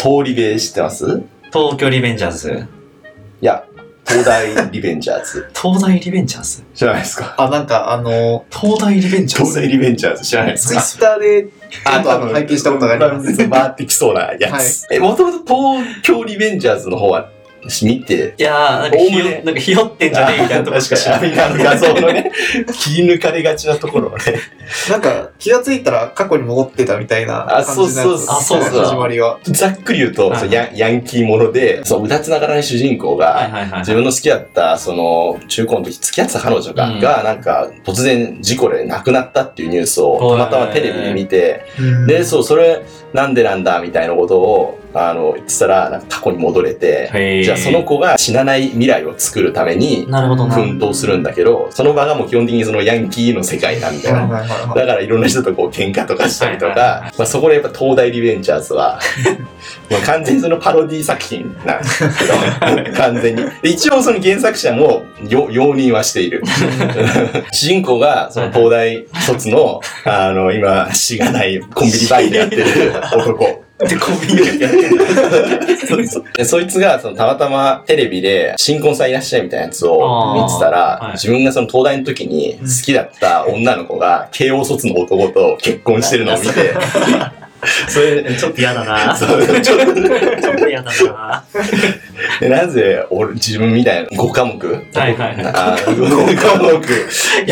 東リベ知ってます？ 東京リベンジャーズ。 いや、東大リベンジャーズ。 東大リベンジャーズ知らないですか？ あ、なんか東大リベンジャーズ。 東大リベンジャーズ知らないですツイか？ ッターで、拝見したことがあります。 回ってきそうなやつ。もともと東京リベンジャーズの方は見て。 いやー、なんかひよってんじゃねえみたいなところしか知らない。 確かに、画像のね、切り抜かれがちなところをね。 なんか、気がついたら過去に戻ってたみたいな感じのやつ。 そう始まりは。 ざっくり言うと、ヤンキーもので、うだつながらない主人公が、自分の好きだった、中高の時付き合ってた彼女が、なんか、突然事故で亡くなったっていうニュースを、たまたまテレビで見て、で、それ、なんでなんだみたいなことを、言ってたら、なんか過去に戻れて、じゃあその子が死なない未来を作るために、奮闘するんだけど、その場がもう基本的にそのヤンキーの世界なんだよ。だからいろんな人とこう喧嘩とかしたりとか、そこでやっぱ東大リベンジャーズは、完全にそのパロディ作品なんですけど、完全に。一応その原作者も容認はしている。主人公がその東大卒の、今、しがないコンビニバイトやってる男。 で、コンビニでやってんだ。 そいつが、たまたまテレビで、新婚さんいらっしゃいみたいなやつを見てたら、自分がその東大の時に好きだった女の子が、慶応卒の男と結婚してるのを見て、 それ、ちょっと嫌だな。ちょっと嫌だな。 なぜ、自分みたいな5科目 ?5 科目、7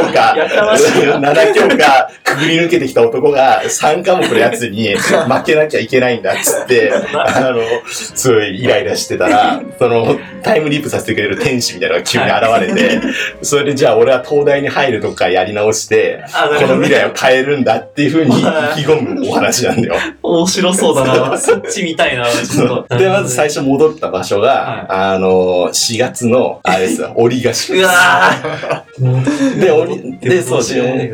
教科、くぐり抜けてきた男が3科目のやつに負けなきゃいけないんだっつって、すごいイライラしてたら、タイムリープさせてくれる天使みたいなのが急に現れて、それでじゃあ俺は東大に入るとかやり直して、この未来を変えるんだっていう風に意気込むお話なんだよ。 面白そうだな。そっち見たいな、ちょっと。 で、まず最初戻った場所が、4月の、あれですよ、折合宿。 うわで、そう、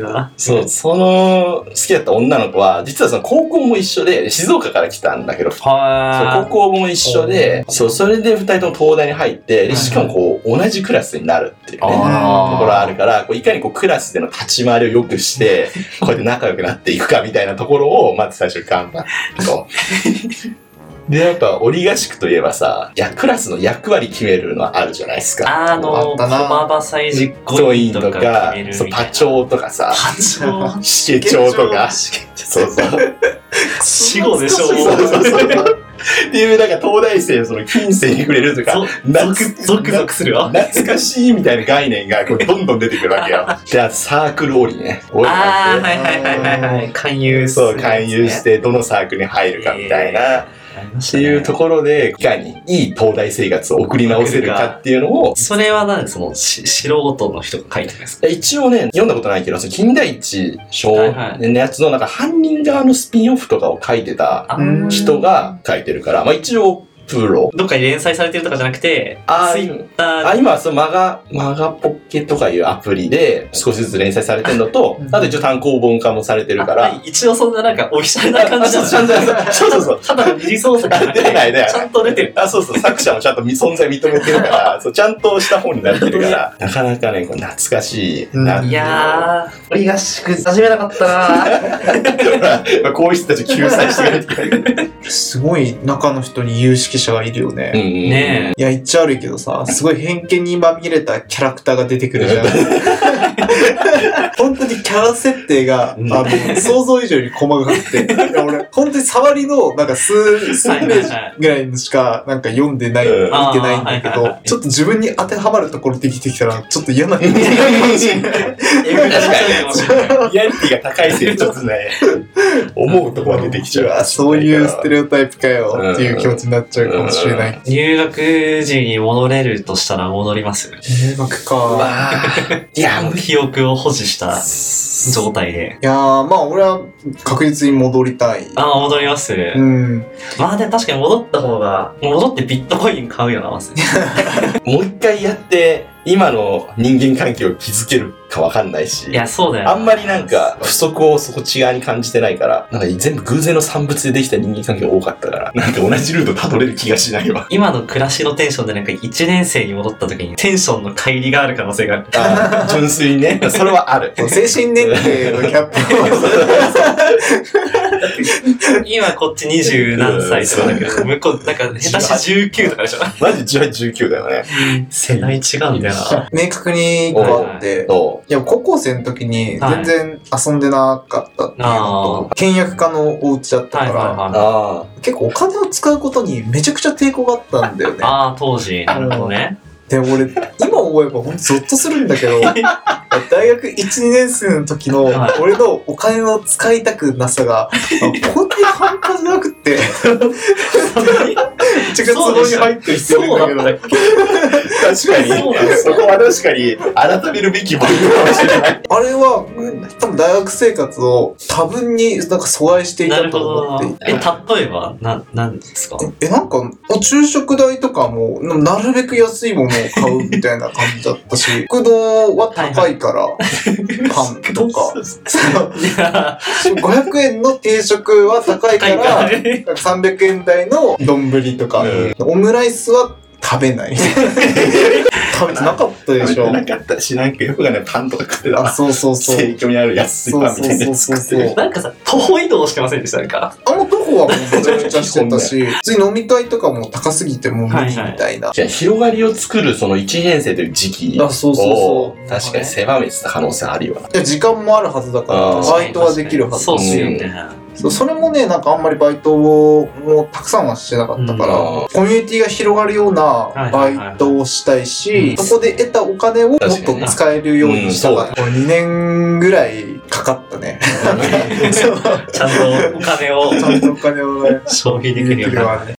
好きだった女の子は、実はその高校も一緒で、静岡から来たんだけど、高校も一緒で、それで二人とも東大に入って、しかもこう、同じクラスになるっていうね、ところあるから、いかにこう、クラスでの立ち回りを良くして、こうやって仲良くなっていくかみたいなところを、まず最初に頑張ってと。で、やっぱ、折合宿といえばさ、クラスの役割決めるのはあるじゃないですか。 駒場祭実行委員とか、 パ長とかさ、試験長とか、そう。 死後でしょ。 っていう、なんか東大生のその近世に触れるとか、 ゾクゾクするわ。 懐かしいみたいな概念がこうどんどん出てくるわけよ。じゃあサークル折りね。 はい。勧誘してどのサークルに入るかみたいな。っていうところで、いかにいい東大生活を送り直せるかっていうのを。 それは何素人の人が書いてるんですか？ 一応ね、読んだことないけど、金田一少年のやつのなんか犯人側のスピンオフとかを書いてた人が書いてるから、まあ一応、プロ。 どっかに連載されてるとかじゃなくて、ツイッター。 今はそのマガポッケとかいうアプリで少しずつ連載されてるのと、あと一応単行本化もされてるから。 一応そんななんかオフィシャルな感じそう。 ただの二次創作じゃなくて、ちゃんと出てる。 そう。作者もちゃんと存在認めてるから、ちゃんとした本になってるから、なかなかね、懐かしいな。 いやー、折合宿始めなかったなこういう人たち救済してくれてすごい中の人に有識者がいるよね。 ねいや、言っちゃ悪いけどさ、すごい偏見にまみれたキャラクターが出てくるじゃん。本当にキャラ設定が、想像以上に細かくて、俺、本当に触りの、なんか数ページぐらいのしか、なんか読んでない、見てないんだけど、ちょっと自分に当てはまるところできてきたら、ちょっと嫌な気持ちになるかもしれない。 確かに。リアリティが高いせいで、ちょっとね、思うところが出てきちゃう。 そういうステレオタイプかよっていう気持ちになっちゃうかもしれない。 入学時に戻れるとしたら戻ります？ 入学か。 いや、 記憶を保持した状態で。 いやー、まあ俺は確実に戻りたい。 戻ります。まあでも確かに戻ってビットコイン買うよな、まず。 もう一回やって、今の人間関係を築けるかわかんないし。 いや、そうだよ。 あんまりなんか、不足をそっち側に感じてないから、なんか全部偶然の産物でできた人間関係が多かったから、なんか同じルート辿れる気がしないわ。 今の暮らしのテンションでなんか1年生に戻った時にテンションの乖離がある可能性がある。 純粋にね。それはある。 精神年齢のギャップ今こっち20何歳とかだけど、向こう、なんか下手し19とかでしょ。 マジ18、19だよね。 世代違うんだよな。 明確にこうあって、いや、高校生の時に全然遊んでなかったっていうのと、倹約家のお家だったから、結構お金を使うことにめちゃくちゃ抵抗があったんだよね。 当時。なるほどね。 で、俺、今思えばほんとゾッとするんだけど、大学1、2年生の時の俺のお金の使いたくなさが、本当に半端じゃなくって、めちゃくちゃ壺に入ってる人いるんだけど。 確かに。そこは確かに改めるべきものかもしれない。 あれは、多分大学生活を多分になんか阻害していたと思っていて。 例えば、何ですか？ なんか、昼食代とかも、なるべく安いものを買うみたいな感じだったし、食堂は高いから、パンとか。500円の定食は高いから、300円台の丼とか、オムライスは食べない。食べてなかったでしょ。 食べてなかったし、なんかよくがね、パンとか食ってた。 そうそうそう。 生協にある安いパンみたいなやつ食ってる。 なんかさ、徒歩移動してませんでしたか？ 徒歩はもうめちゃめちゃしてたし、普通に飲み会とかも高すぎてもう無理みたいな。 じゃあ、広がりを作るその1年生という時期を、確かに狭めてた可能性あるよな。 いや、時間もあるはずだから、バイトはできるはずだし。それもね、なんかあんまりバイトもたくさんはしてなかったから、コミュニティが広がるようなバイトをしたいし、そこで得たお金をもっと使えるようにしたから、2年ぐらいかかったね。 ちゃんとお金を消費できるように。